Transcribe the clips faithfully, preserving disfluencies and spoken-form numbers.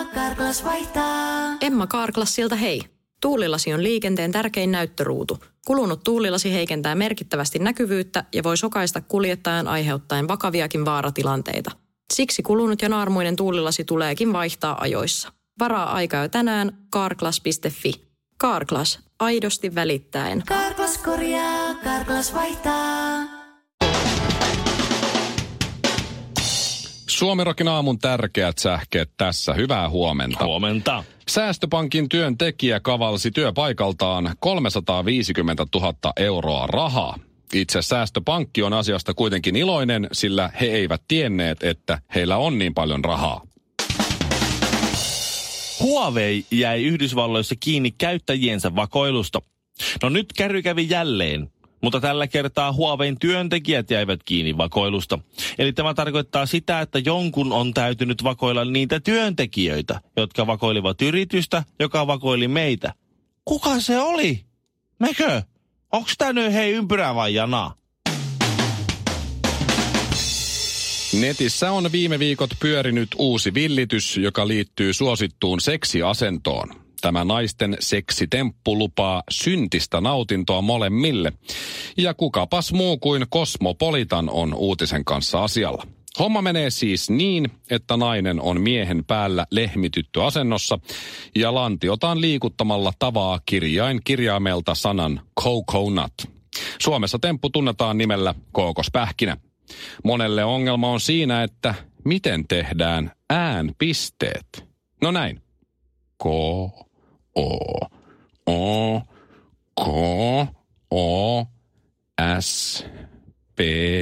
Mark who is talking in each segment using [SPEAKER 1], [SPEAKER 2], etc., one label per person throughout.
[SPEAKER 1] Carglass vaihtaa.
[SPEAKER 2] Emma Carglassilta hei. Tuulilasi on liikenteen tärkein näyttöruutu. Kulunut tuulilasi heikentää merkittävästi näkyvyyttä ja voi sokaista kuljettajan aiheuttaen vakaviakin vaaratilanteita. Siksi kulunut ja naarmuinen tuulilasi tuleekin vaihtaa ajoissa. Varaa aikaa jo tänään carglass piste fi. Carglass, aidosti välittäen.
[SPEAKER 1] Carglass korjaa, Carglass vaihtaa.
[SPEAKER 3] Suomirokin aamun tärkeät sähkeet tässä. Hyvää huomenta.
[SPEAKER 4] Huomenta.
[SPEAKER 3] Säästöpankin työntekijä kavalsi työpaikaltaan kolmesataaviisikymmentätuhatta euroa rahaa. Itse säästöpankki on asiasta kuitenkin iloinen, sillä he eivät tienneet, että heillä on niin paljon rahaa.
[SPEAKER 4] Huawei jäi Yhdysvalloissa kiinni käyttäjiensä vakoilusta. No nyt kärry kävi jälleen, mutta tällä kertaa Huawein työntekijät jäivät kiinni vakoilusta. Eli tämä tarkoittaa sitä, että jonkun on täytynyt vakoilla niitä työntekijöitä, jotka vakoilivat yritystä, joka vakoili meitä. Kuka se oli? Mekö? Onks tää nyt hei ympyrä vai jana?
[SPEAKER 3] Netissä on viime viikot pyörinyt uusi villitys, joka liittyy suosittuun seksiasentoon. Tämä naisten seksitemppu lupaa syntistä nautintoa molemmille. Ja kukapas muu kuin Cosmopolitan on uutisen kanssa asialla. Homma menee siis niin, että nainen on miehen päällä lehmitytty asennossa ja lantiotaan liikuttamalla tavaa kirjain kirjaimelta sanan coconut. Suomessa temppu tunnetaan nimellä kookospähkinä. Monelle ongelma on siinä, että miten tehdään äänpisteet. No näin. Ko, o, o, ko, o, s, p,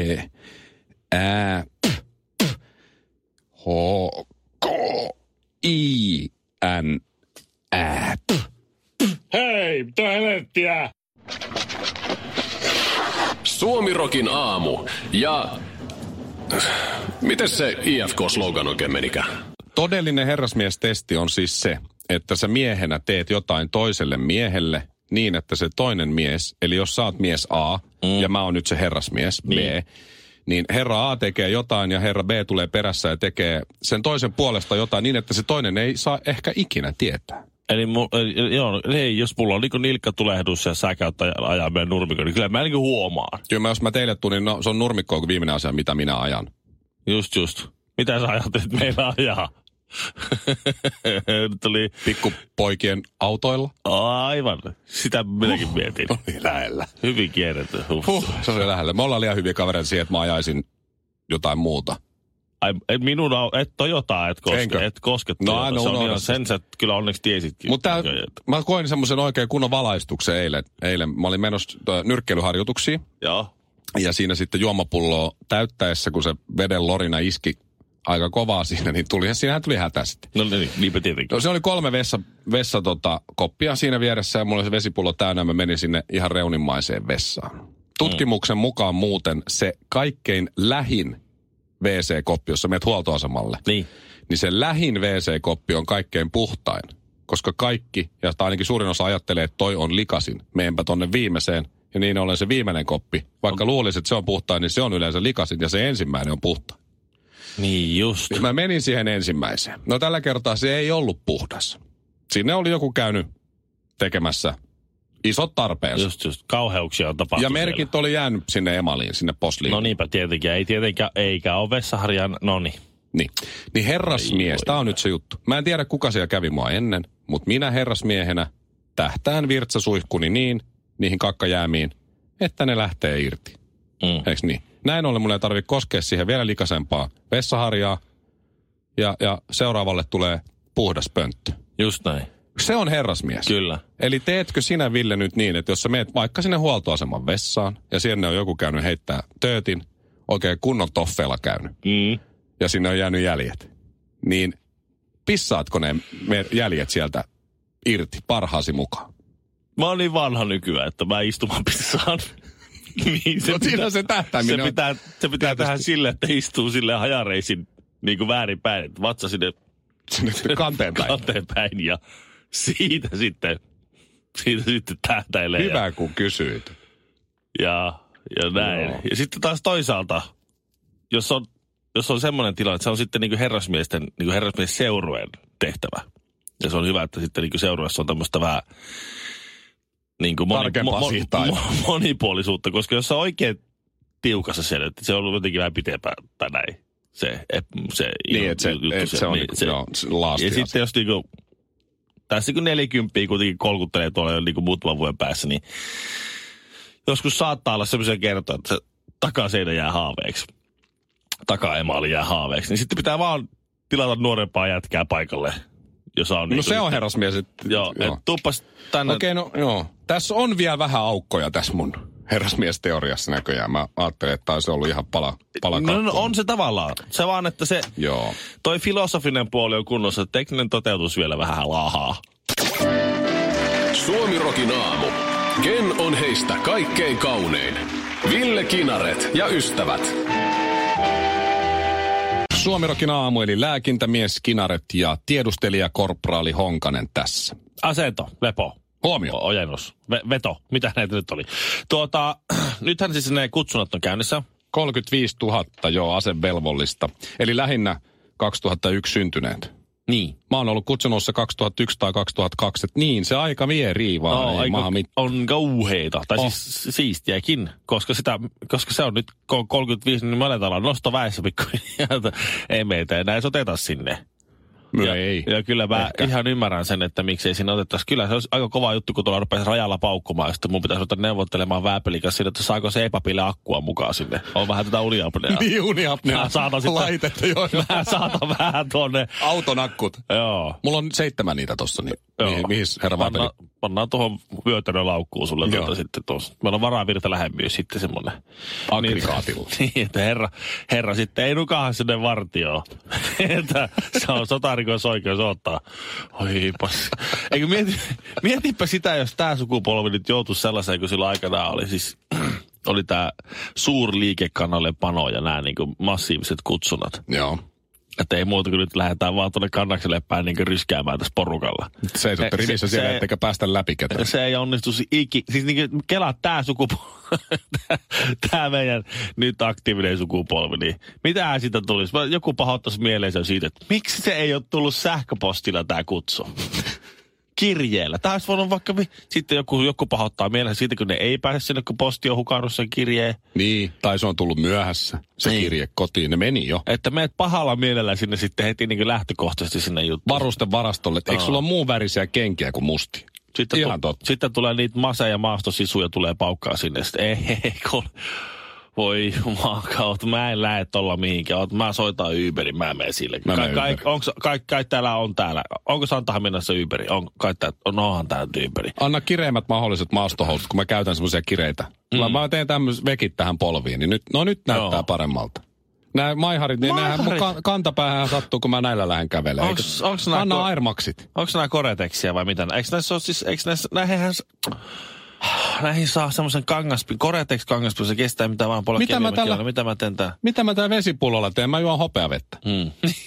[SPEAKER 3] ä, p, p, h, k, i, n, ä, p.
[SPEAKER 4] Hei, mitä helvettiä?
[SPEAKER 5] Suomirokin aamu ja... Mites se I F K-slogan oikein menikään?
[SPEAKER 3] Todellinen herrasmiestesti on siis se, että sä miehenä teet jotain toiselle miehelle niin, että se toinen mies, eli jos sä oot mies A mm. ja mä oon nyt se herrasmies niin. B, niin herra A tekee jotain ja herra B tulee perässä ja tekee sen toisen puolesta jotain niin, että se toinen ei saa ehkä ikinä tietää.
[SPEAKER 4] Eli, mu, eli joo, hei, jos mulla on niinku nilkkatulehdus ja sä käyt ajaa meidän nurmikon, niin kyllä mä niinku huomaan.
[SPEAKER 3] Kyllä jos mä teille tulin, no se on nurmikko kuin viimeinen asia, mitä minä ajan.
[SPEAKER 4] Just just. Mitä sä ajattelet, että meillä ajaa? Nyt oli...
[SPEAKER 3] Pikkupoikien autoilla?
[SPEAKER 4] Aivan. Sitä minäkin
[SPEAKER 3] huh.
[SPEAKER 4] mietin.
[SPEAKER 3] No niin, lähellä.
[SPEAKER 4] Hyvin kierretty. Huh.
[SPEAKER 3] Huh, se oli lähellä. Me ollaan liian hyviä kavereita siihen, että mä ajaisin jotain muuta.
[SPEAKER 4] Ai, et minun, et Toyotaa et koske,
[SPEAKER 3] Enkö?
[SPEAKER 4] et koske
[SPEAKER 3] No,
[SPEAKER 4] Toyota.
[SPEAKER 3] no,
[SPEAKER 4] Se on
[SPEAKER 3] no,
[SPEAKER 4] ihan
[SPEAKER 3] no,
[SPEAKER 4] sen sä kyllä onneksi tiesitkin.
[SPEAKER 3] Mutta mä koin semmoisen oikein kunnon valaistuksen eilen. eilen. Mä olin menossa nyrkkeilyharjoituksiin.
[SPEAKER 4] Joo.
[SPEAKER 3] Ja siinä sitten juomapulloa täyttäessä, kun se veden lorina iski aika kovaa siinä, niin tuli, siinähän tuli hätä sitten.
[SPEAKER 4] No niin, niinpä tietenkin.
[SPEAKER 3] No, se oli kolme vessa, vessa tota, koppia siinä vieressä ja mulla oli se vesipullo täynnä ja mä menin sinne ihan reunimmaiseen vessaan. Tutkimuksen mm. mukaan muuten se kaikkein lähin W C-koppi, jos sä menet huoltoasemalle,
[SPEAKER 4] niin.
[SPEAKER 3] niin se lähin W C-koppi on kaikkein puhtain, koska kaikki, ja ainakin suurin osa ajattelee, että toi on likasin. Meenpä tonne viimeiseen, ja niin ollen se viimeinen koppi. Vaikka luulisit, että se on puhtain, niin se on yleensä likasin, ja se ensimmäinen on puhtain.
[SPEAKER 4] Niin just.
[SPEAKER 3] Niin mä menin siihen ensimmäiseen. No tällä kertaa se ei ollut puhdas. Sinne oli joku käynyt tekemässä isot tarpeensa.
[SPEAKER 4] Just, just. Kauheuksia on tapahtunut.
[SPEAKER 3] Ja merkit siellä oli jäänyt sinne emaliin, sinne posliin.
[SPEAKER 4] No niinpä tietenkin. Ei tietenkään, eikä ole vessaharjan, no niin.
[SPEAKER 3] Niin. Niin herrasmies, tää on nyt se juttu. Mä en tiedä, kuka siellä kävi mua ennen, mutta minä herrasmiehenä tähtään virtsasuihkuni niin, niihin kakkajäämiin, että ne lähtee irti.
[SPEAKER 4] Mm.
[SPEAKER 3] Eiks niin? Näin ollen mun ei tarvitse koskea siihen vielä likaisempaa vessaharjaa, ja, ja seuraavalle tulee puhdas pönttö.
[SPEAKER 4] Just näin.
[SPEAKER 3] Se on herrasmies.
[SPEAKER 4] Kyllä.
[SPEAKER 3] Eli teetkö sinä, Ville, nyt niin, että jos sä meet vaikka sinne huoltoaseman vessaan, ja sinne on joku käynyt heittää töötin, oikein kunnon toffeella käynyt,
[SPEAKER 4] mm.
[SPEAKER 3] ja sinne on jäänyt jäljet, niin pissaatko ne jäljet sieltä irti parhaasi mukaan?
[SPEAKER 4] Mä oon niin vanha nykyään, että mä istumaan pissaan. Niin se
[SPEAKER 3] no
[SPEAKER 4] pitää,
[SPEAKER 3] siinä on se tähtäiminen.
[SPEAKER 4] Se pitää, se pitää tehdä silleen, että istuu silleen hajareisin niin kuin väärinpäin, että vatsa sinne,
[SPEAKER 3] sinne kanteen päin.
[SPEAKER 4] kanteen päin ja siitä sitten, siitä sitten tähtäilee.
[SPEAKER 3] Hyvä,
[SPEAKER 4] ja,
[SPEAKER 3] kun kysyit.
[SPEAKER 4] Ja, ja näin. Joo. Ja sitten taas toisaalta, jos on, jos on semmoinen tilanne, että se on sitten niin kuin herrasmiesten, niin kuin herrasmiesseurueen tehtävä. Ja se on hyvä, että sitten niin seuraavassa on tämmöistä vähän niin kuin moni, mo, mo, mo, monipuolisuutta, koska jos on oikein tiukassa siellä, että se on ollut jotenkin vähän pitempään tai näin. Se, se,
[SPEAKER 3] niin, että se, et se on niin, se, joo, laasti.
[SPEAKER 4] Ja asia. Sitten jos niinku, tässä kun neljäkymppiä kuitenkin kolkuttelee tuolla jo niinku muutaman vuoden päässä, niin joskus saattaa olla semmoisia kertoja, että se takaseinä jää haaveeksi. Takaemaali jää haaveeksi. Niin sitten pitää vaan tilata nuorempaa jätkää paikalle. Jos on
[SPEAKER 3] no
[SPEAKER 4] niin
[SPEAKER 3] se on herrasmies. Et,
[SPEAKER 4] joo, joo. Et tuppas tänne.
[SPEAKER 3] Okei, okay, no joo. Tässä on vielä vähän aukkoja tässä mun herrasmiesteoriassa näköjään. Mä ajattelin, että taisi ollut ihan pala, pala
[SPEAKER 4] no, no on se tavallaan. Se vaan, että se
[SPEAKER 3] joo.
[SPEAKER 4] Toi filosofinen puoli on kunnossa, tekninen toteutus vielä vähän laahaa.
[SPEAKER 5] Suomirokin aamu. Ken on heistä kaikkein kaunein? Ville Kinaret ja ystävät.
[SPEAKER 3] Suomirokin aamu, eli lääkintämies Kinaret ja tiedustelija korporaali Honkanen tässä.
[SPEAKER 4] Asento, lepo.
[SPEAKER 3] Huomio.
[SPEAKER 4] O- ojennus, Ve- veto, mitä näitä nyt oli. Tuota, nythän siis ne kutsunnat on käynnissä.
[SPEAKER 3] kolmekymmentäviisituhatta, joo, asevelvollista. Eli lähinnä kaksituhattayksi syntyneet.
[SPEAKER 4] Niin.
[SPEAKER 3] Mä oon ollut kutsunossa kaksituhattayksi tai kaksituhattakaksi, että niin, se aika vie riivaa.
[SPEAKER 4] No, ei maha mit- on kauheita, tai oh. siis siistiäkin, koska, sitä, koska se on nyt kolmekymmentäviisi, niin me aletaan nosto väessä pikkuhiljaa. Ei meitä enää edes oteta sinne.
[SPEAKER 3] Ja, ei.
[SPEAKER 4] Ja kyllä mä Ehkä. ihan ymmärrän sen, että miksei siinä otettaisi. Kyllä se olisi aika kova juttu, kun tuolla rupeaisi rajalla paukkumaan. Ja sitten mun pitäisi ottaa neuvottelemaan Vääpelin kanssa siitä, että saako se E-papille akkua mukaan sinne. On vähän tätä uniapneaa.
[SPEAKER 3] Niin, uniapneaa.
[SPEAKER 4] Mä saatan sitten,
[SPEAKER 3] laitetta, joo.
[SPEAKER 4] Mä saatan vähän tuonne.
[SPEAKER 3] Auton akkut.
[SPEAKER 4] Joo.
[SPEAKER 3] Mulla on seitsemän niitä tossa, niin mihin, mihin herra Vääpeli?
[SPEAKER 4] Panna, pannaan tuohon vyötärön laukkuun sulle tuota sitten tuossa. Meillä on varavirta lähemyys sitten semmoinen.
[SPEAKER 3] Aggregaatilla.
[SPEAKER 4] Niin, että herra, herra sitten ei nukahan sinne vartioon. Että se on sotarikosoikeus ottaa. Oi pas. Eikö mieti, mietipä sitä, jos tää sukupolvi nyt joutuisi sellaiseen, kun silloin aikanaan oli siis, oli tää suurliikekannalle pano ja nämä niinku massiiviset kutsunat.
[SPEAKER 3] Joo.
[SPEAKER 4] Että ei muuta kuin nyt lähdetään vaan tuonne kannakselle päin niin ryskäämään tässä porukalla.
[SPEAKER 3] Seisotte rivissä siellä, ettekä päästä läpi ketään.
[SPEAKER 4] Se ei onnistu iki. Siis niin kuin kelaa tää sukupolvi, tää meidän nyt aktiivinen sukupolvi, niin mitähän siitä tulisi? Joku pahoittaisi mieleensä siitä, että miksi se ei ole tullut sähköpostilla tää kutsu? Kirjeellä. Tämä olisi voinut vaikka, sitten joku, joku pahoittaa mielessä siitä, kun ne ei pääse sinne, kun posti on hukannut sen kirjeen.
[SPEAKER 3] Niin, tai se on tullut myöhässä, se niin. Kirje kotiin, ne meni jo.
[SPEAKER 4] Että meet pahalla mielellä sinne sitten heti niin kuin lähtökohtaisesti sinne juttuun.
[SPEAKER 3] Varustevarastolle, että eikö sulla ole muun värisiä kenkiä kuin musti?
[SPEAKER 4] Sitten,
[SPEAKER 3] ihan
[SPEAKER 4] tu- sitten tulee niitä mase- ja maastosisuja tulee paukkaa sinne. Sitten ei, ei, kun... Voi jumalauta, mä en lähde tolla mihinkään. Mä soitan Uberin, mä menen sille. Mä ka- ka- onks, kai, kai täällä on täällä. Onko Santahaminassa Uberi? On, kai tää, on, onhan tää Uberi.
[SPEAKER 3] Anna kireimmät mahdolliset maastohousut, kun mä käytän semmoisia kireitä. Mm. Mä, mä teen tämmöiset vekit tähän polviin, niin nyt, no nyt näyttää Joo. paremmalta. Nämä maiharit, niin nämähän mun kantapäähän sattuu, kun mä näillä lähden kävelemään.
[SPEAKER 4] Onks, onks
[SPEAKER 3] Anna
[SPEAKER 4] ko-
[SPEAKER 3] Airmaxit.
[SPEAKER 4] Onko nämä Koretexiä vai mitä? Eikö näissä ole siis, eikö näissä, näihin, näihin saa semmoisen kangaspin, Koretex kangaspin, se kestää mitä vaan polla
[SPEAKER 3] mitä mä, tällä,
[SPEAKER 4] mitä mä teen tää?
[SPEAKER 3] Mitä mä täällä vesipullolla teen? Mä juon hopeavettä. Mm.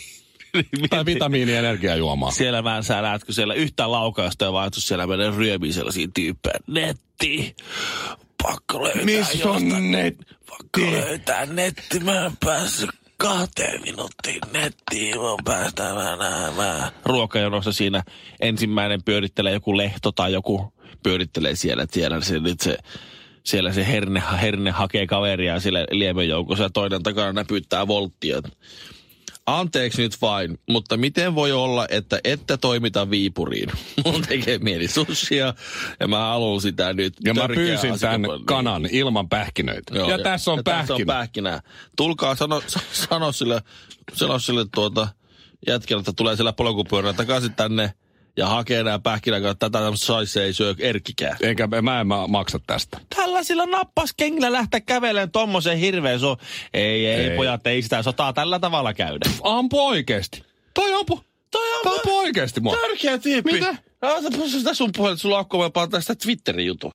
[SPEAKER 3] Tai vitamiini-energiajuomaa.
[SPEAKER 4] Siellä mä sä näet, kun siellä yhtään laukausta ja vaihtus siellä menee ryömiin sellaisia tyyppejä. Netti. Pakko löytää
[SPEAKER 3] Missä on netti?
[SPEAKER 4] Pakko löytää netti. Mä en päässyt kahteen minuuttiin nettiin. Mä päästään mä ruokajonossa siinä ensimmäinen pyörittelee joku lehto tai joku pyörittelee siellä. Siellä se, nyt se, siellä se herne, herne hakee kaveria siellä liemenjoukossa ja toinen takana näpyttää volttia. Anteeksi nyt vain, mutta miten voi olla, että ette toimita Viipuriin? Mun tekee mieli sushia ja mä haluan sitä nyt.
[SPEAKER 3] Ja mä pyysin tämän niin. kanan ilman pähkinöitä. Joo, ja, ja tässä on ja pähkinä. Tässä on
[SPEAKER 4] pähkinää. Tulkaa sano, sano sille, sano sille tuota jätkellä, että tulee siellä polkupyörällä takaisin tänne ja hakee nämä pähkinää, tätä saisi ei syö erkkikään.
[SPEAKER 3] Eikä mä en maksa tästä.
[SPEAKER 4] Tällaisilla nappaskengillä lähteä kävelemään tommoseen hirveän so... Ei, ei, ei, pojat, ei sitä sotaa tällä tavalla käydä.
[SPEAKER 3] Ampu oikeesti. Toi ampu.
[SPEAKER 4] Toi ampu.
[SPEAKER 3] Toi ampu oikeesti mua.
[SPEAKER 4] Tärkeä tyyppi.
[SPEAKER 3] Mitä?
[SPEAKER 4] No, sitä sun puhelin, sulla on mä panen tästä Twitterin jutun.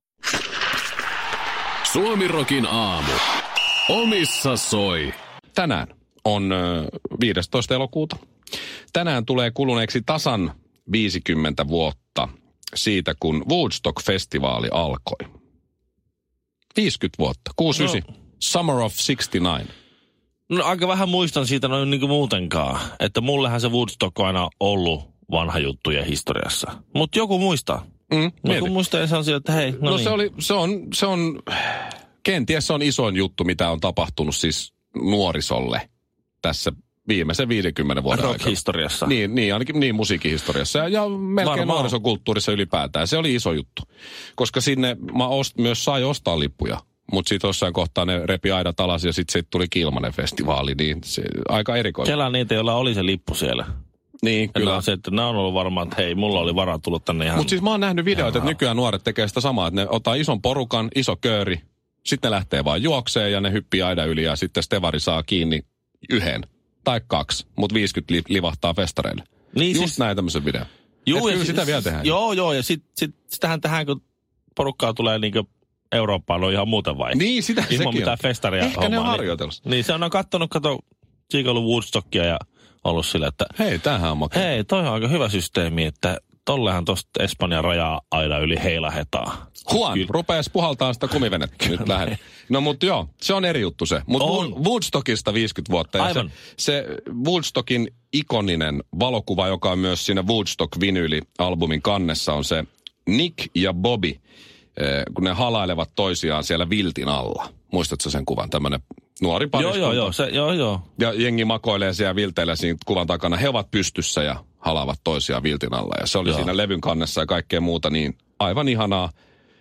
[SPEAKER 5] Suomirokin aamu. Omissa soi.
[SPEAKER 3] Tänään on viidestoista elokuuta. Tänään tulee kuluneeksi tasan viisikymmentä vuotta siitä, kun Woodstock-festivaali alkoi. viisikymmentä vuotta. kuusikymmentäyhdeksän. No. Summer of sixty-nine.
[SPEAKER 4] No aika vähän muistan siitä noin niin kuin muutenkaan. Että mullehan se Woodstock on aina ollut vanha juttuja historiassa. Mutta joku muistaa.
[SPEAKER 3] Mm,
[SPEAKER 4] joku muistaa ja sanoo, että hei, no,
[SPEAKER 3] no
[SPEAKER 4] niin.
[SPEAKER 3] se, oli, se, on, se on, kenties se on isoin juttu, mitä on tapahtunut siis nuorisolle tässä viimeisen viidenkymmenen vuoden aikana.
[SPEAKER 4] Rock-historiassa.
[SPEAKER 3] Niin, niin, ainakin niin musiikkihistoriassa ja, ja melkein
[SPEAKER 4] Varmaan.
[SPEAKER 3] nuorisokulttuurissa ylipäätään. Se oli iso juttu, koska sinne mä ost, myös sai ostaa lippuja. Mutta sitten jossain kohtaa ne repi aidat alas ja sitten sit tuli Kilmanen festivaali, niin se aika erikoista.
[SPEAKER 4] Kelaa niitä, joilla oli se lippu siellä.
[SPEAKER 3] Niin, kyllä.
[SPEAKER 4] On se, että nämä on ollut varmaan, että hei, mulla oli varaa tulla tänne ihan...
[SPEAKER 3] Mutta siis mä oon nähnyt videoita, että nykyään nuoret tekee sitä samaa, että ne ottaa ison porukan, iso kööri, sitten ne lähtee vaan juokseen ja ne hyppii aidan yli ja sitten Stevari saa kiinni yhden tai kaksi, mutta viisikymmentä li- livahtaa festareille. Niin Just siis... näin tämmöisen videon. Juu, ja sitä vielä tehdään.
[SPEAKER 4] Joo, joo, ja sit, sit, sitähän tähän, kun porukkaa tulee niinkö Eurooppaan, on ihan muuten vai?
[SPEAKER 3] Niin, sitä
[SPEAKER 4] sekin
[SPEAKER 3] Ilman
[SPEAKER 4] mitään festaria
[SPEAKER 3] Ehkä
[SPEAKER 4] hommaa,
[SPEAKER 3] ne on harjoitellut.
[SPEAKER 4] Niin, niin se on kattonut, kato, Chico ollut Woodstockia ja ollut sillä, että...
[SPEAKER 3] Hei, tämähän on makea.
[SPEAKER 4] Hei, toi on aika hyvä systeemi, että tollehan tosta Espanjan rajaa aina yli heilahetaan.
[SPEAKER 3] Juan, rupees puhaltaa sitä kumivenettä nyt lähden. No mutta joo, se on eri juttu se. Mutta Woodstockista viisikymmentä vuotta. Ja se, se Woodstockin ikoninen valokuva, joka on myös siinä Woodstock-vinyyli-albumin kannessa, on se Nick ja Bobby, kun ne halailevat toisiaan siellä viltin alla. Muistatko sen kuvan? Tämmöinen nuori pariskunta.
[SPEAKER 4] Joo, joo, joo, se, joo, joo.
[SPEAKER 3] Ja jengi makoilee siellä vilteillä siinä kuvan takana. He ovat pystyssä ja halaavat toisiaan viltin alla. Ja se oli joo. siinä levyn kannessa ja kaikkea muuta, niin aivan ihanaa.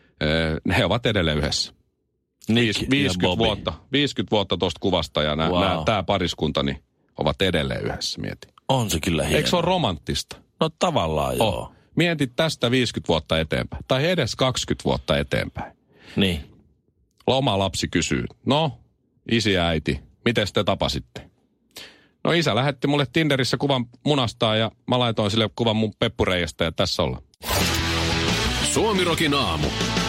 [SPEAKER 3] He ovat edelleen yhdessä.
[SPEAKER 4] Nick
[SPEAKER 3] viisikymmentä vuotta, viisikymmentä vuotta tuosta kuvasta ja nää,
[SPEAKER 4] wow.
[SPEAKER 3] nää, tämä pariskunta niin ovat edelleen yhdessä, mieti.
[SPEAKER 4] On se kyllä hieno.
[SPEAKER 3] Eikö se ole romanttista?
[SPEAKER 4] No tavallaan joo.
[SPEAKER 3] Oh. Mietit tästä viisikymmentä vuotta eteenpäin. Tai edes kaksikymmentä vuotta eteenpäin.
[SPEAKER 4] Niin.
[SPEAKER 3] Oma lapsi kysyy, no, isi ja äiti, miten te tapasitte? No isä lähetti mulle Tinderissä kuvan munastaan ja mä laitoin sille kuvan mun peppureijasta ja tässä ollaan.
[SPEAKER 5] Suomirokin aamu.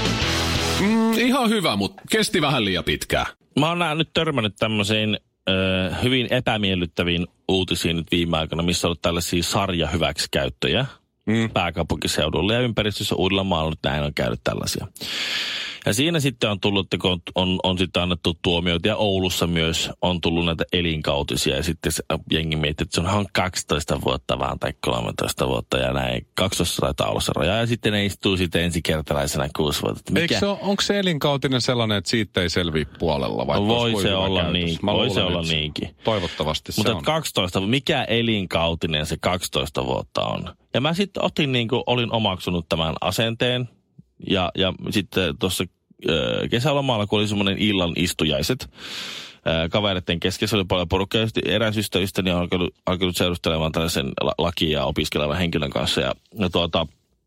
[SPEAKER 5] Mm, ihan hyvä, mutta kesti vähän liian pitkään.
[SPEAKER 4] Mä oon nyt törmännyt tämmöisiin äh, hyvin epämiellyttäviin uutisiin nyt viime aikoina, missä on ollut tällaisia sarjahyväksikäyttöjä mm. pääkaupunkiseudulla ja ympäristössä Uudellamaalla nyt näin on käynyt tällaisia. Ja siinä sitten on tullut, kun on, on, on sitten annettu tuomioita ja Oulussa myös on tullut näitä elinkautisia ja sitten se jengi miettii, että se on kaksitoista vuotta vaan tai kolmetoista vuotta ja näin. kaksitoista taitaa olla se raja ja sitten ne istuu sitten ensikertalaisena kuusi vuotta.
[SPEAKER 3] Mikä? Se ole, onko se elinkautinen sellainen, että siitä ei selviä puolella? Vai
[SPEAKER 4] voi se olla niin, voi se olla niinkin.
[SPEAKER 3] Toivottavasti se
[SPEAKER 4] Mutta
[SPEAKER 3] on.
[SPEAKER 4] kaksitoista, mikä elinkautinen se kaksitoista vuotta on? Ja mä sitten otin niin kuin, olin omaksunut tämän asenteen. Ja, ja sitten tuossa äh, kesälomalla, kun oli semmoinen illan istujaiset, äh, kavereiden keskessä oli paljon porukkaa. Eräs ystävistä on alkanut, alkanut seurustelemaan tällaisen la- lakia ja opiskelevan henkilön kanssa. Ja, ja tuota,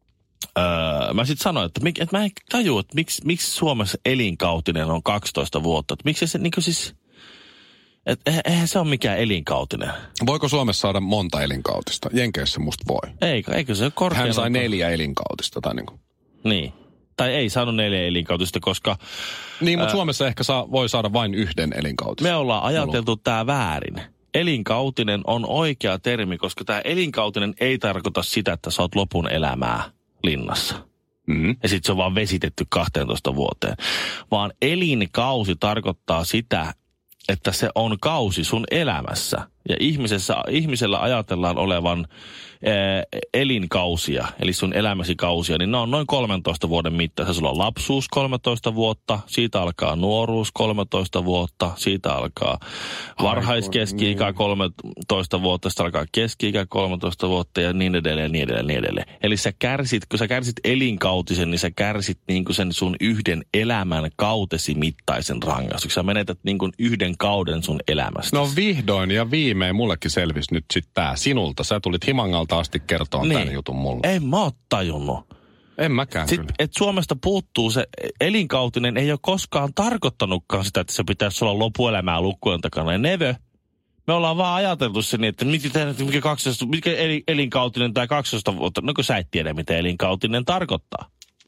[SPEAKER 4] äh, mä sitten sanoin, että, mik, että mä en tajua, että miksi, miksi Suomessa elinkautinen on kaksitoista vuotta. Että miksi se niin kuin siis... Että eihän se ole mikään elinkautinen.
[SPEAKER 3] Voiko Suomessa saada monta elinkautista? Jenkeissä musta voi.
[SPEAKER 4] Eikö, eikö se ole korkealla?
[SPEAKER 3] Hän sai neljä elinkautista tai niin kuin.
[SPEAKER 4] Niin. Tai ei saanut neljä elinkautista, koska...
[SPEAKER 3] Niin, mutta ää, Suomessa ehkä saa, voi saada vain yhden elinkautista.
[SPEAKER 4] Me ollaan ajateltu tämä väärin. Elinkautinen on oikea termi, koska tämä elinkautinen ei tarkoita sitä, että sä oot lopun elämää linnassa. Mm-hmm. Ja sit se on vaan vesitetty kahteentoista vuoteen. Vaan elinkausi tarkoittaa sitä, että se on kausi sun elämässä. Ja ihmisessä, ihmisellä ajatellaan olevan ää, elinkausia, eli sun elämäsi kausia, niin ne on noin kolmentoista vuoden mittaisia. Sulla on lapsuus kolmetoista vuotta, siitä alkaa nuoruus kolmetoista vuotta, siitä alkaa varhaiskeski-ikä kolmetoista vuotta, sitten alkaa keski-ikä kolmetoista vuotta ja niin edelleen, niin edelleen, niin edelleen. Eli sä kärsit, kun sä kärsit elinkautisen, niin sä kärsit niin kuin sen sun yhden elämän kautesi mittaisen rangaistuksen. Sä menetät niin kuin yhden kauden sun elämästä.
[SPEAKER 3] No vihdoin ja viimein mullekin selvisi nyt sit tää sinulta. Sä tulit Himangalta asti kertoa niin. Tämän jutun mulle.
[SPEAKER 4] En mä oo tajunnut.
[SPEAKER 3] En mäkään
[SPEAKER 4] Sitten,
[SPEAKER 3] kyllä.
[SPEAKER 4] että Suomesta puuttuu se elinkautinen, ei ole koskaan tarkoittanutkaan sitä, että se pitäisi olla lopuelämää lukkujen takana. Ja never. Me ollaan vaan ajateltu se niin, että mikä, mikä, kaksitoista, mikä elinkautinen tai kaksitoista vuotta. No kun sä et tiedä, mitä elinkautinen tarkoittaa.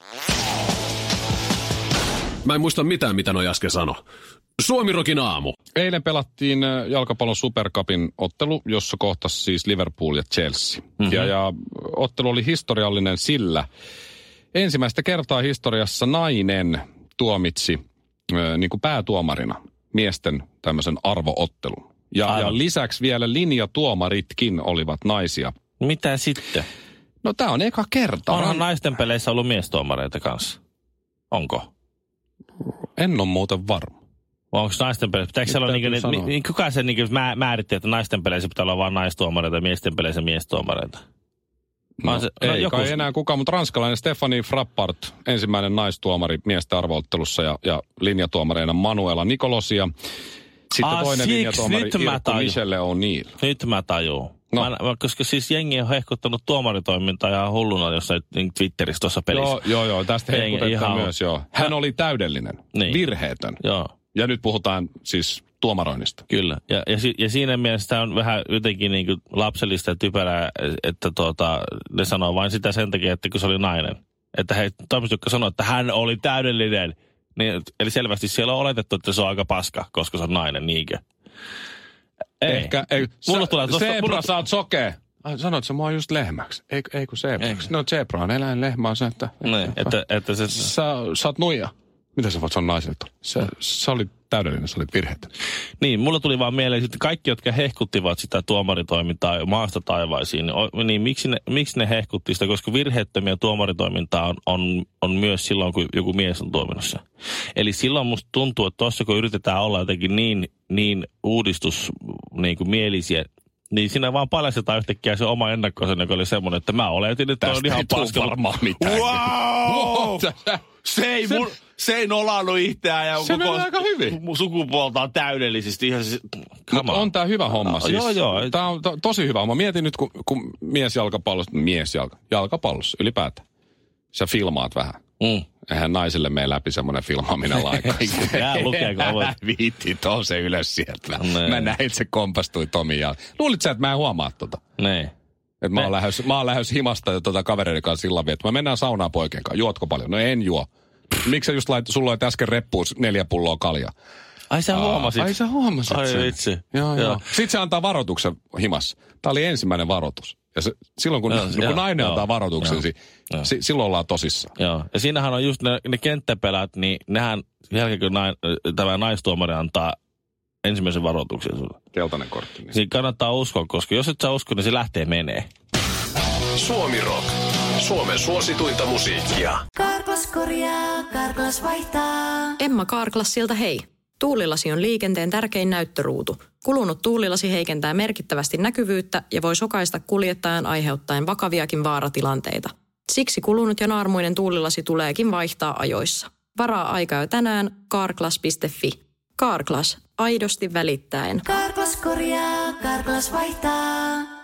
[SPEAKER 5] Mä en muista mitään, mitä noi äsken sanoi. Suomirokin aamu.
[SPEAKER 3] Eilen pelattiin jalkapallon Supercupin ottelu, jossa kohtasi siis Liverpool ja Chelsea. Mm-hmm. Ja, ja ottelu oli historiallinen sillä. Ensimmäistä kertaa historiassa nainen tuomitsi äh, niin kuin päätuomarina miesten tämmöisen arvoottelun. Ja, ja lisäksi vielä linjatuomaritkin olivat naisia.
[SPEAKER 4] Mitä sitten?
[SPEAKER 3] No tää on eka kerta.
[SPEAKER 4] Onhan naisten peleissä ollut miestuomareita kanssa. Onko?
[SPEAKER 3] En ole muuten varma.
[SPEAKER 4] Vai onko naisten peleissä? Pitääkö siellä olla niin, niin, kuka se niin määritti, että naisten peleissä pitää olla vain naistuomareita ja miesten peleissä miestuomareita?
[SPEAKER 3] No,
[SPEAKER 4] se,
[SPEAKER 3] ei
[SPEAKER 4] no, joku...
[SPEAKER 3] kai enää kukaan, mutta ranskalainen Stephanie Frappart, ensimmäinen naistuomari miesten arvoottelussa ja, ja linjatuomareina Manuela Nicolosia. Sitten
[SPEAKER 4] ah,
[SPEAKER 3] toinen
[SPEAKER 4] siksi,
[SPEAKER 3] linjatuomari Irkku Michelle O'Neill.
[SPEAKER 4] Nyt mä tajuun.
[SPEAKER 3] No.
[SPEAKER 4] Mä, koska siis jengi on hehkuttanut tuomaritoimintaa ihan hulluna jossain Twitterissä tuossa pelissä.
[SPEAKER 3] Joo, joo, joo tästä hehkutetaan myös, joo. Hän oli täydellinen, niin. virheetön.
[SPEAKER 4] Joo.
[SPEAKER 3] Ja nyt puhutaan siis tuomaroinnista.
[SPEAKER 4] Kyllä. Ja, ja, ja siinä mielessä on vähän jotenkin niin kuin lapsellista ja typerää, että tuota, ne sanoo vain sitä sen takia, että kun se oli nainen. Että he toimistukka sanoi, että hän oli täydellinen. Niin, eli selvästi siellä on oletettu, että se on aika paska, koska se on nainen, niinkö? Ei. Ehkä, ei.
[SPEAKER 3] Mulla tulee tosta... Zebra, mulla... sä oot sokea. Sanoit sä mua just lehmäksi. Ei, ei kun zebraksi. No zebra on eläin, lehmä on se, että...
[SPEAKER 4] Niin, että, että se...
[SPEAKER 3] Sä, sä oot nuija. Mitä sä voit sanoa naiselta? Sä, sä olit täydellinen, sä olit virheetön.
[SPEAKER 4] Niin, mulla tuli vaan mieleen, että kaikki, jotka hehkuttivat sitä tuomaritoimintaa maasta taivaisiin, niin, niin miksi, ne, miksi ne hehkutti sitä? Koska virheettömiä tuomaritoimintaa on, on, on myös silloin, kun joku mies on tuominnassa. Eli silloin musta tuntuu, että tuossa kun yritetään olla jotenkin niin, niin uudistus, niin kuin mielisiä, niin siinä vaan paljastetaan yhtäkkiä se oma ennakkoisen, joka oli semmoinen, että mä oletin, että
[SPEAKER 3] tästä
[SPEAKER 4] on ihan paska.
[SPEAKER 3] varmaan mitään.
[SPEAKER 4] Wow! Se ei, mun, se ei nolannut itseään ja
[SPEAKER 3] se koko aika hyvin.
[SPEAKER 4] Sukupuolta on täydellisesti. Ihan siis,
[SPEAKER 3] mutta on tää hyvä homma no, siis.
[SPEAKER 4] Joo, joo.
[SPEAKER 3] Tää on to, tosi hyvä homma. Mietin nyt, kun, kun miesjalkapallossa, miesjalka, jalkapallossa ylipäätään, sä filmaat vähän.
[SPEAKER 4] Mm.
[SPEAKER 3] Eihän naisille mene läpi semmoinen filmaaminen lainkaan.
[SPEAKER 4] Jää lukeeko voit.
[SPEAKER 3] Viitti, tuo se ylös sieltä.
[SPEAKER 4] Ne.
[SPEAKER 3] Mä näin, että se kompastui Tomi ja... Luulit sä, että mä en huomaa tota?
[SPEAKER 4] Niin.
[SPEAKER 3] Että mä oon lähes, mä oon lähes himasta ja tota kavereiden kanssa sillan että mä mennään saunaan poikien kanssa. Juotko paljon? No en juo. Miksi sä just lait, sulla oli äsken reppuun neljä pulloa kaljaa?
[SPEAKER 4] Ai sä huomasit?
[SPEAKER 3] Ai sä huomasit
[SPEAKER 4] Ai
[SPEAKER 3] sen.
[SPEAKER 4] vitsi.
[SPEAKER 3] Joo, joo, joo. Sitten se antaa varoituksen himassa. Tää oli ensimmäinen varoitus. Ja se, silloin kun, joo, kun joo, nainen joo, antaa varoituksen, si, si, silloin ollaan tosissaan.
[SPEAKER 4] Joo. Ja siinähän on just ne, ne kenttäpelät, niin nehän jälkeen kun nain, tämä naistuomari antaa ensimmäisen varoituksen sulle.
[SPEAKER 3] Keltainen kortti. Niin.
[SPEAKER 4] Siinä kannattaa uskoa, koska jos et sä usko, niin se lähtee menee.
[SPEAKER 5] Suomi Rock. Suomen suosituinta musiikkia.
[SPEAKER 1] Karklas korjaa, Karklas vaihtaa.
[SPEAKER 2] Emma Karklassilta hei. Tuulilasi on liikenteen tärkein näyttöruutu. Kulunut tuulilasi heikentää merkittävästi näkyvyyttä ja voi sokaista kuljettajan aiheuttaen vakaviakin vaaratilanteita. Siksi kulunut ja naarmuinen tuulilasi tuleekin vaihtaa ajoissa. Varaa aikaa jo tänään karklas piste fi. Karklas, aidosti välittäen.
[SPEAKER 1] Karklas korjaa, Karklas vaihtaa.